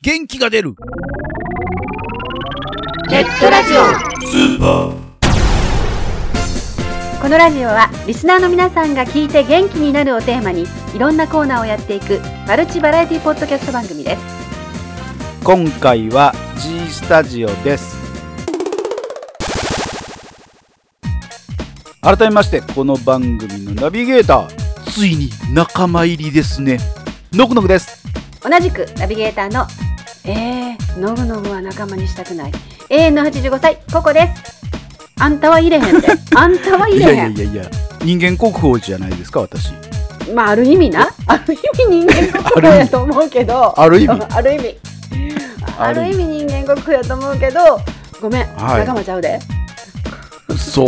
元気が出るネットラジオスーパー。 このラジオはリスナーの皆さんが聞いて元気になるをテーマにいろんなコーナーをやっていくマルチバラエティポッドキャスト番組です。 今回は G スタジオです。改めましてこの番組のナビゲーター、ついに仲間入りですね、のぐのぐです。 同じくナビゲーターののぐのぐは仲間にしたくない永遠の85歳ココです。あんたは入れへんであんたは入れへん。 いや人間国宝じゃないですか私。 まあある意味な、ある意味人間国宝やと思うけどある意味人間国宝やと思うけど、ごめん、はい、仲間ちゃうで。 そう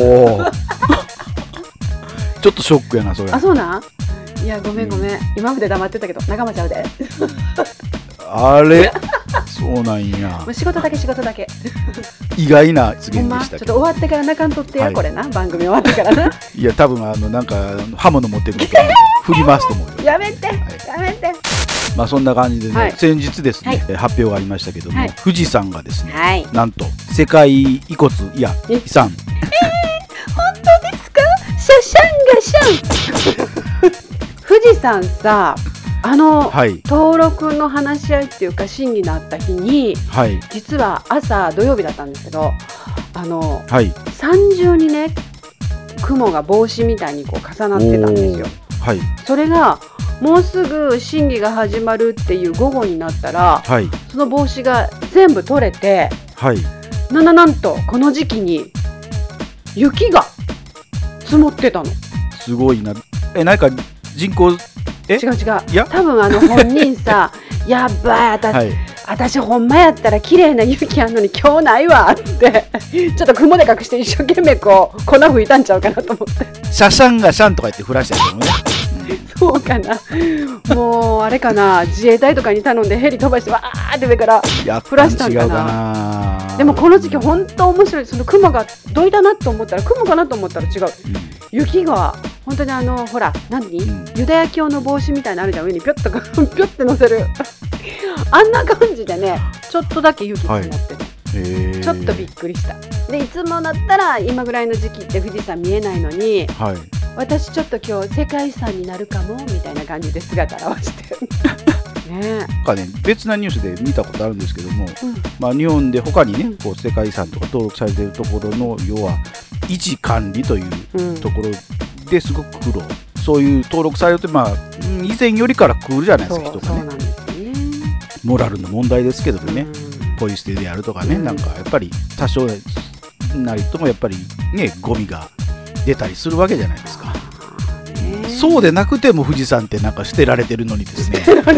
ちょっとショックやなそれ。 あ、そうなん。いやごめん、今まで黙ってたけど仲間ちゃうで。 あれそうなんや。 もう仕事だけ意外な発言でしたけど、 ちょっと終わってから泣かんとってや、はい、これな、番組終わってからな。 いや多分なんか刃物持ってくるから振り回すと思うよ。 やめて、 まあそんな感じでね、 はい、 先日ですね、はい、発表がありましたけども、はい、富士山がですね、 はい、 なんと世界遺骨遺産。 本当ですか？シャシャンガシャン富士山さ、はい、登録の話し合いっていうか審議のあった日に、はい、実は朝土曜日だったんですけど、はい、三重にね雲が帽子みたいにこう重なってたんですよ。はい、それがもうすぐ審議が始まるっていう午後になったら、はい、その帽子が全部取れて、はい、なんとこの時期に雪が積もってたの。 すごいな。なんか人工違う多分本人さやばい、私ほんまやったら綺麗な雪あんのに今日ないわってちょっと雲で隠して一生懸命こう粉吹いたんちゃうかなと思って。 シャシャンがシャンとか言って降らしたけどね。 そうかな、もうあれかな、自衛隊とかに頼んでヘリ飛ばしてわーって上から降らしたんかな。でもこの時期本当面白い。その雲がどいだなと思ったら雲かなと思ったら違う、雪が本当にほらユダヤ教の帽子みたいなのあるじゃん、上にピョッて乗せるあんな感じでね、ちょっとだけ雪積もってて、ちょっとびっくりした。でいつもだったら今ぐらいの時期って富士山見えないのに、私ちょっと今日世界遺産になるかもみたいな感じで姿を現してね。 別なニュースで見たことあるんですけども、日本で他にね、こう世界遺産とか登録されているところの要は維持管理というところですごく苦労、そういう登録されると以前よりから来るじゃないですか、人がね。そうなんですね。モラルの問題ですけどね、ポイ捨てであるとかね、なんかやっぱり多少なりともやっぱりねゴミが出たりするわけじゃないですか。そうでなくても富士山ってなんか捨てられてるのにですね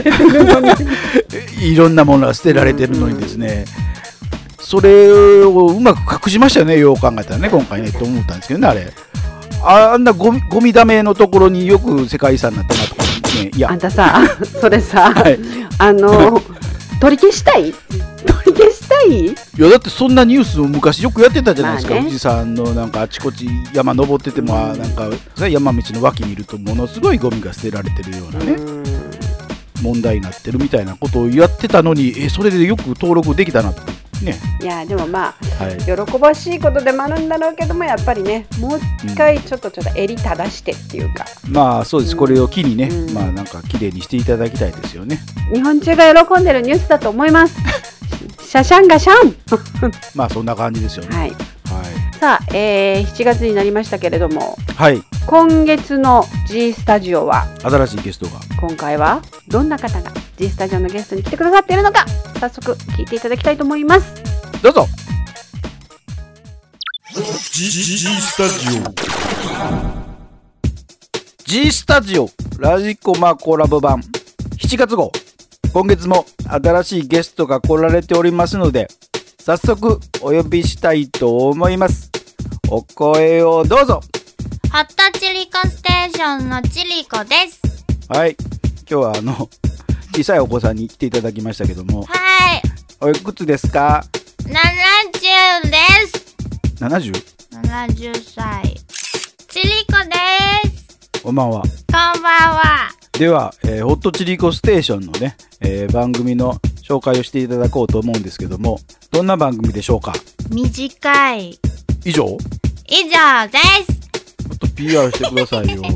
いろんなものが捨てられてるのにですね、それをうまく隠しましたよね、よう考えたらね今回ねと思ったんですけどね。あんなゴミだめのところによく世界遺産になったなとかね。いやあんたさそれさ、はい、取り消したいいやだってそんなニュースを昔よくやってたじゃないですか、富士山のなんかあちこち山登ってても、なんか山道の脇にいるとものすごいゴミが捨てられてるようなね、問題になってるみたいなことをやってたのに、それでよく登録できたなとね。 いやでも喜ばしいことでもあるんだろうけども、やっぱりねもう一回ちょっと襟正してっていうか、 そうです、これを機にね、なんか綺麗にしていただきたいですよね。 日本中が喜んでるニュースだと思いますシャシャンガシャンそんな感じですよね。はい、 さあ、7月になりましたけれども、 はい今月の G スタジオは新しいゲストが、今回はどんな方が G スタジオのゲストに来てくださっているのか、早速聞いていただきたいと思います。 どうぞ。 G スタジオ G スタジオラジコマコラボ版7月号、今月も新しいゲストが来られておりますので、早速お呼びしたいと思います。お声をどうぞ。 ホットチリコステーションのチリコです。 はい、今日は小さいお子さんに来ていただきましたけども、 はい、 おいくつですか ？70です。 70 70歳。チリコです。 こんばんは。 こんばんは。 では、ホットチリコステーションのね、番組の紹介をしていただこうと思うんですけども、どんな番組でしょうか？ 短い。 以上です。 もっと PR してくださいよ。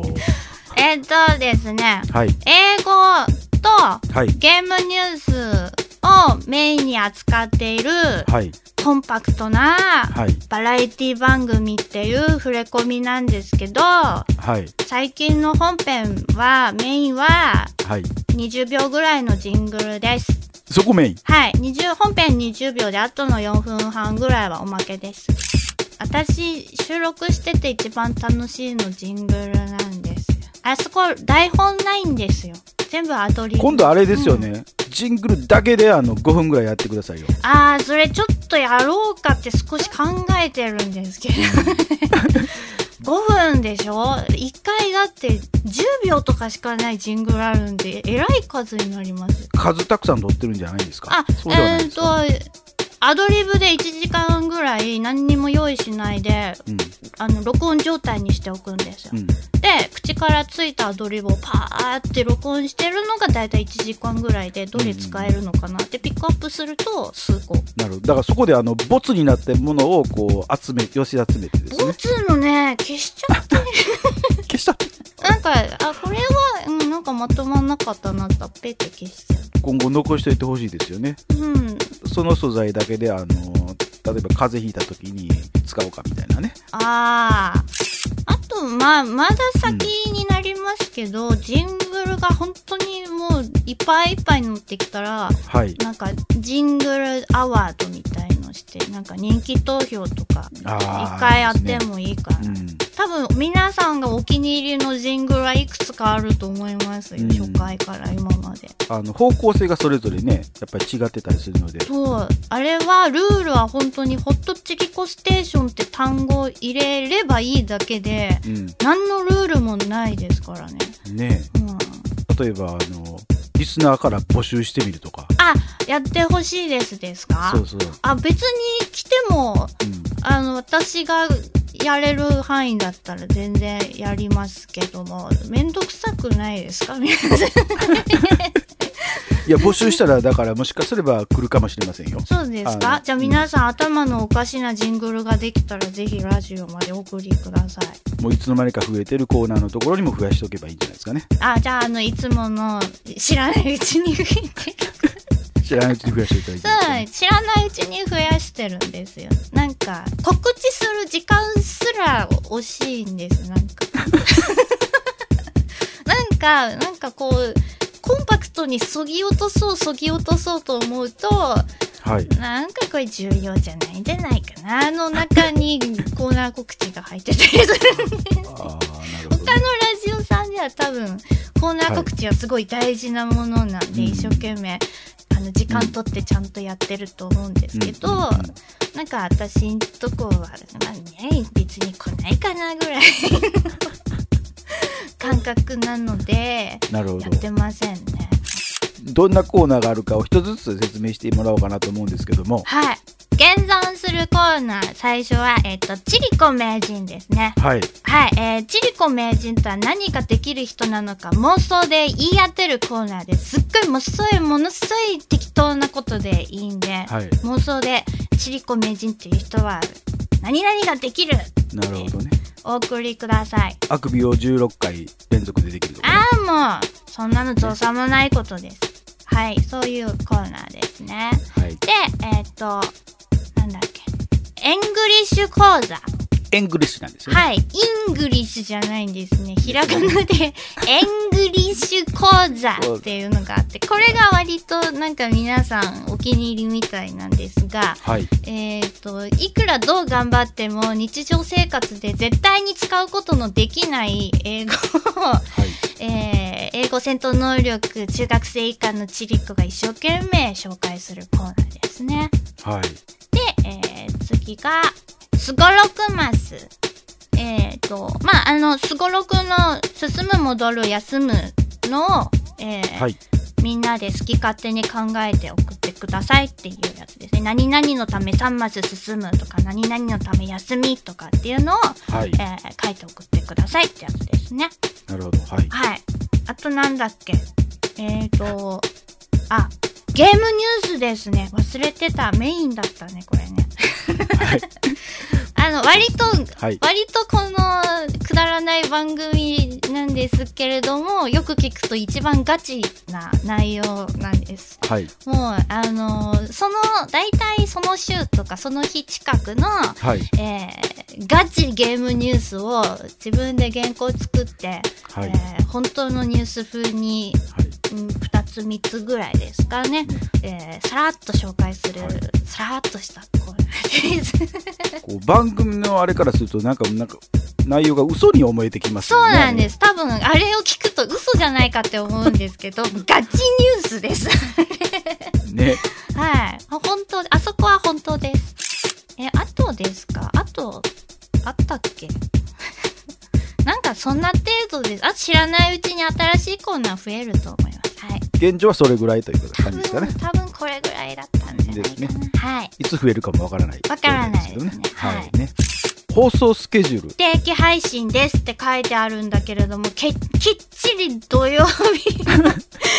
ですね、 はい、 英語とゲームニュースをメインに扱っている、 はい、 コンパクトなバラエティ番組っていう触れ込みなんですけど、 はい、 最近の本編はメインは20秒ぐらいのジングルです。 そこメイン？ はい、本編20秒であとの4分半ぐらいはおまけです。私収録してて一番楽しいのジングルなんですよ。あそこ台本ないんですよ。全部アドリブ。今度あれですよね、ジングルだけで5分ぐらいやってくださいよ。 それちょっとやろうかって少し考えてるんですけど5分でしょ。1回だって10秒とかしかないジングルあるんで、えらい数になります。 数たくさん取ってるんじゃないんですか？そうではないですか？ アドリブで1時間ぐらい何にも用意しないで、録音状態にしておくんですよ。で、口からついたアドリブをパーって録音してるのがだいたい1時間ぐらいで、どれ使えるのかなってピックアップすると数個。 なるほど。だからそこでボツになったものをこう寄せ集めてですね。 ボツのね、消しちゃって消しちゃってなんかこれは、なんかまとまんなかったなってペッて消しちゃう。 今後残しておいてほしいですよね。その素材だけで例えば風邪ひいた時に使おうかみたいなね。 あとまだ先になりますけど、ジングルが本当にもういっぱいいっぱい乗ってきたら、なんかジングルアワードみたいのして、なんか人気投票とか一回やってもいいかな。多分皆さんがお気に入りのジングルはいくつかあると思いますよ、初回から今まで。 方向性がそれぞれね、やっぱり違ってたりするので。 そう、あれはルールは本当にホットチリコステーションって単語を入れればいいだけで、何のルールもないですからね。 ねえ、例えばリスナーから募集してみるとか。 やってほしいですか？ そうそう。 別に来ても、私がやれる範囲だったら全然やりますけども、めんどくさくないですか皆さんいや、募集したらだからもしかすれば来るかもしれませんよ。 そうですか？じゃあ皆さん、頭のおかしなジングルができたらぜひラジオまでお送りください。 もういつの間にか増えてるコーナーのところにも増やしておけばいいんじゃないですかね。 じゃあいつもの知らないうちに増えて知らないうちに増やしておいたらいいですね。 知らないうちに増やしてるんですよ。なんか告知する時間すら惜しいんです。なんかこうコンパクトにそぎ落とそうと思うと、なんかこれ重要じゃないんじゃないかな。中にコーナー告知が入ってたりするんです。他のラジオさんでは多分コーナー告知はすごい大事なものなんで、一生懸命時間取ってちゃんとやってると思うんですけど、なんか私んとこは別に来ないかなぐらい感覚なのでやってませんね。 どんなコーナーがあるかを一つずつ説明してもらおうかなと思うんですけども。 現存するコーナー、最初はチリコ名人ですね。チリコ名人とは何ができる人なのか妄想で言い当てるコーナーです。すっごいものすごい適当なことでいいんで、妄想でチリコ名人っていう人は何々ができる。 なるほどね。 お送りください。 あくびを16回連続でできるとか、ね。 もうそんなの造作もないことです。そういうコーナーですね。で、なんだっけ、エングリッシュ講座。 エングリッシュなんですよね。 イングリッシュじゃないんですね。ひらがなでエングリッシュ講座っていうのがあって、これが割となんか皆さんお気に入りみたいなんですが、いくらどう頑張っても日常生活で絶対に使うことのできない英語を、英語戦闘能力中学生以下のチリコが一生懸命紹介するコーナーですね。で、次がすごろくマス。すごろくの進む戻る休むのを、みんなで好き勝手に考えて送ってくださいっていうやつですね。何々のため3マス進むとか、何々のため休みとかっていうのを、書いて送ってくださいってやつですね。 なるほど。 あとなんだっけ、あ、ゲームニュースですね。忘れてた。メインだったね、これね。はい、割とこのくだらない番組なんですけれども、よく聞くと一番ガチな内容なんです。はい、もう大体その週とかその日近くの、はい、ガチゲームニュースを自分で原稿作って、はい、本当のニュース風に、はい、2つ3つぐらいですかね、さらっと紹介する、はい、さらっとしたこう番組のあれからするとなんか内容が嘘に思えてきますよね。 そうなんです。多分あれを聞くと嘘じゃないかって思うんですけどガチニュースですね。はい、本当、あそこは本当です。あとですか、あとあったっけなんかそんな程度です。知らないうちに新しいコーナー増えると思います。はい、 現状はそれぐらいという感じですかね。 多分これぐらいだったんじゃないかな。ですね。はい。 いつ増えるかもわからない。 わからないですね。 はいね。放送スケジュール。 不定期配信ですって書いてあるんだけれども、きっちり土曜日深夜に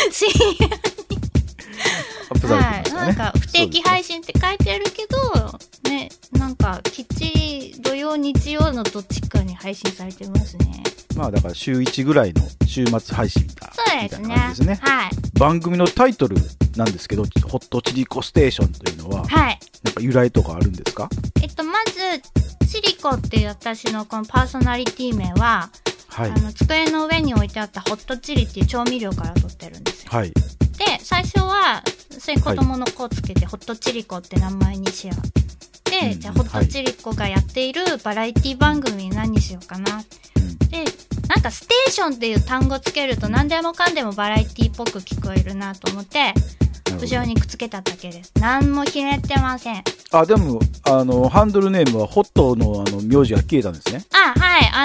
はい、なんか不定期配信って書いてあるけど、ね、なんかきっちり土曜日曜のどっちかに配信されてますね。 まあだから週1ぐらいの週末配信だみたいな感じですね。はい。番組のタイトルなんですけど、ホットチリコステーションというのは、はい、なんか由来とかあるんですか？ まずチリコっていう私のこのパーソナリティ名は、はい、机の上に置いてあったホットチリっていう調味料から取ってるんですよ。はい。で最初はそういう子供の子をつけて、はい、ホットチリコって名前にしよう。で、じゃあホットチリコがやっているバラエティ番組に何にしようかな。で、なんかステーションっていう単語つけると何でもかんでもバラエティっぽく聞こえるなと思って後ろにくっつけただけです。何もひねってません。 あ、でもハンドルネームはホットの名字が消えたんですね。 あ、はい、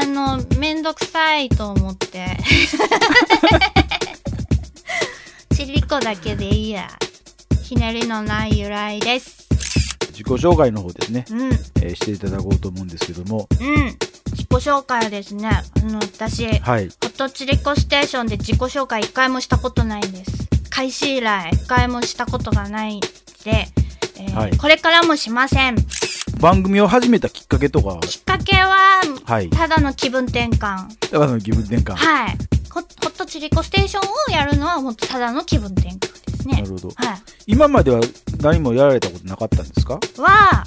めんどくさいと思ってチリコだけでいいや。ひねりのない由来です。 自己紹介の方ですね、していただこうと思うんですけども、 自己紹介はですね、私、はい、ホットチリコステーションで自己紹介一回もしたことないんです。開始以来一回もしたことがないんで、はい、これからもしません。 番組を始めたきっかけとか？ きっかけは、はい、ただの気分転換。 ただの気分転換。 はい。ホットチリコステーションをやるのはもっとただの気分転換ですね。 なるほど。はい。今までは何もやられたことなかったんですか？ はい、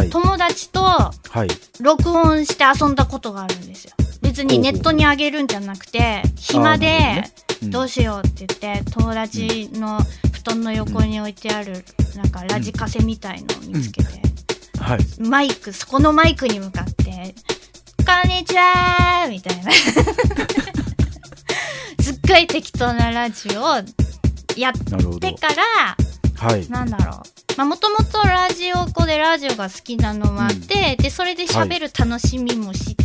友達と録音して遊んだことがあるんですよ。別にネットに上げるんじゃなくて、暇でどうしようって言って友達の布団の横に置いてあるなんかラジカセみたいのを見つけて、はい、そこのマイクに向かってこんにちはーみたいなすっごい適当なラジオをやってから、はい、なんだろう、もともとラジオ子でラジオが好きなのもあって、でそれで喋る楽しみも知って、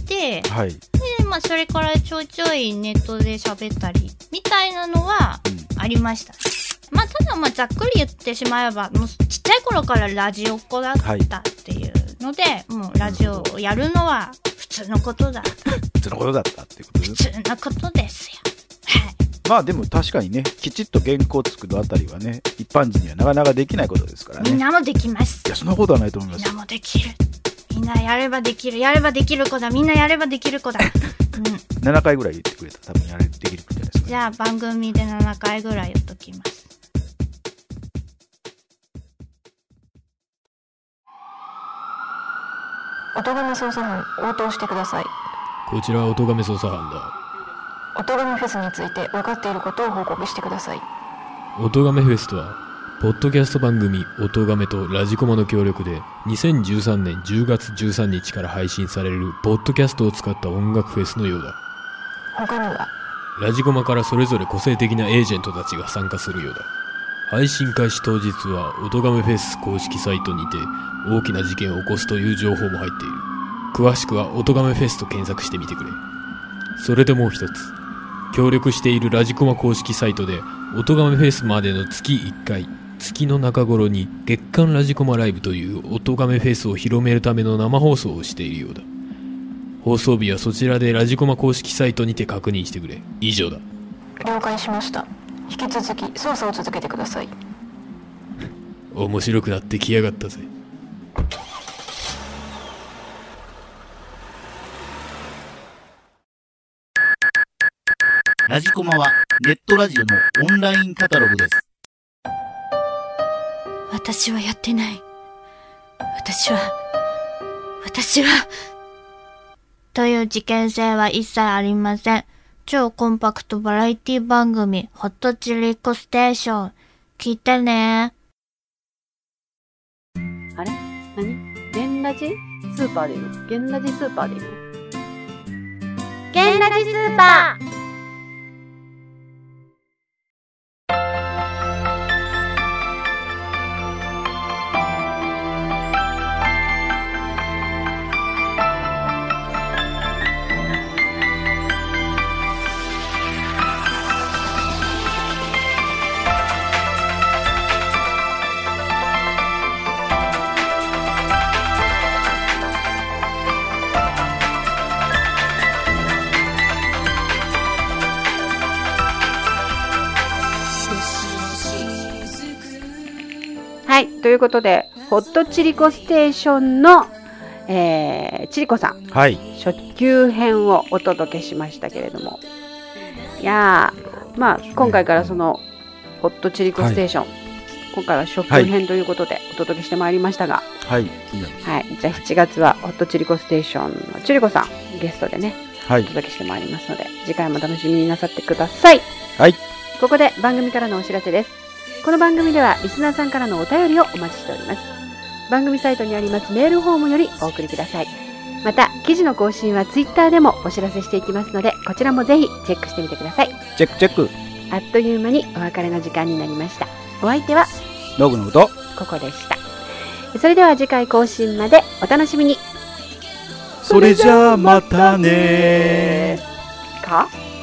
はい、でそれからちょいちょいネットで喋ったりみたいなのはありました。ただざっくり言ってしまえばもうちっちゃい頃からラジオ子だったっていうので、もうラジオをやるのは普通のことだった普通のことだったってことです。 普通のことですよ。はい。 でも確かにね、きちっと原稿を作るあたりはね、一般人にはなかなかできないことですからね。 みんなもできます。 いや、そんなことはないと思います。 みんなもできる。みんなやればできる。やればできる子だ。みんなやればできる子だ。 7回ぐらい言ってくれたら多分できるんじゃないですか、ね。 じゃあ番組で7回ぐらい言っときます。 音亀捜査班、応答してください。 こちらは音亀捜査班だ。 音亀フェスについて分かっていることを報告してください。 音亀フェスとはポッドキャスト番組音亀とラジコマの協力で2013年10月13日から配信されるポッドキャストを使った音楽フェスのようだ。 他にはラジコマからそれぞれ個性的なエージェントたちが参加するようだ。配信開始当日は音亀フェス公式サイトにて大きな事件を起こすという情報も入っている。詳しくは音亀フェスと検索してみてくれ。それでもう一つ、協力しているラジコマ公式サイトで音亀フェスまでの月1回月の中頃に月刊ラジコマライブという音亀フェスを広めるための生放送をしているようだ。放送日はそちらでラジコマ公式サイトにて確認してくれ。以上だ。 了解しました。引き続き捜査を続けてください。 面白くなってきやがったぜ。 ラジコマはネットラジオのオンラインカタログです。 私はやってない。私はという事件性は一切ありません。超コンパクトバラエティ番組ホットチリコステーション聞いてね。 あれ何？ゲンラジスーパーでいいの？ゲンラジスーパーでいいの？ ゲンラジスーパー。 はい、ということでホットチリコステーションの、チリコさん、 はい、 初級編をお届けしましたけれども、いやー、まあ今回からそのホットチリコステーション、今回は初級編ということでお届けしてまいりましたが、 はい、 はい、じゃあ7月はホットチリコステーションのチリコさんゲストでね、お届けしてまいりますので、次回も楽しみになさってください。 はい、 ここで番組からのお知らせです。この番組ではリスナーさんからのお便りをお待ちしております。番組サイトにありますメールフォームよりお送りください。また記事の更新はツイッターでもお知らせしていきますので、こちらもぜひチェックしてみてください。 チェックチェック。 あっという間にお別れの時間になりました。お相手はノグノグとここでした。それでは次回更新までお楽しみに。 それじゃあまたねー。 か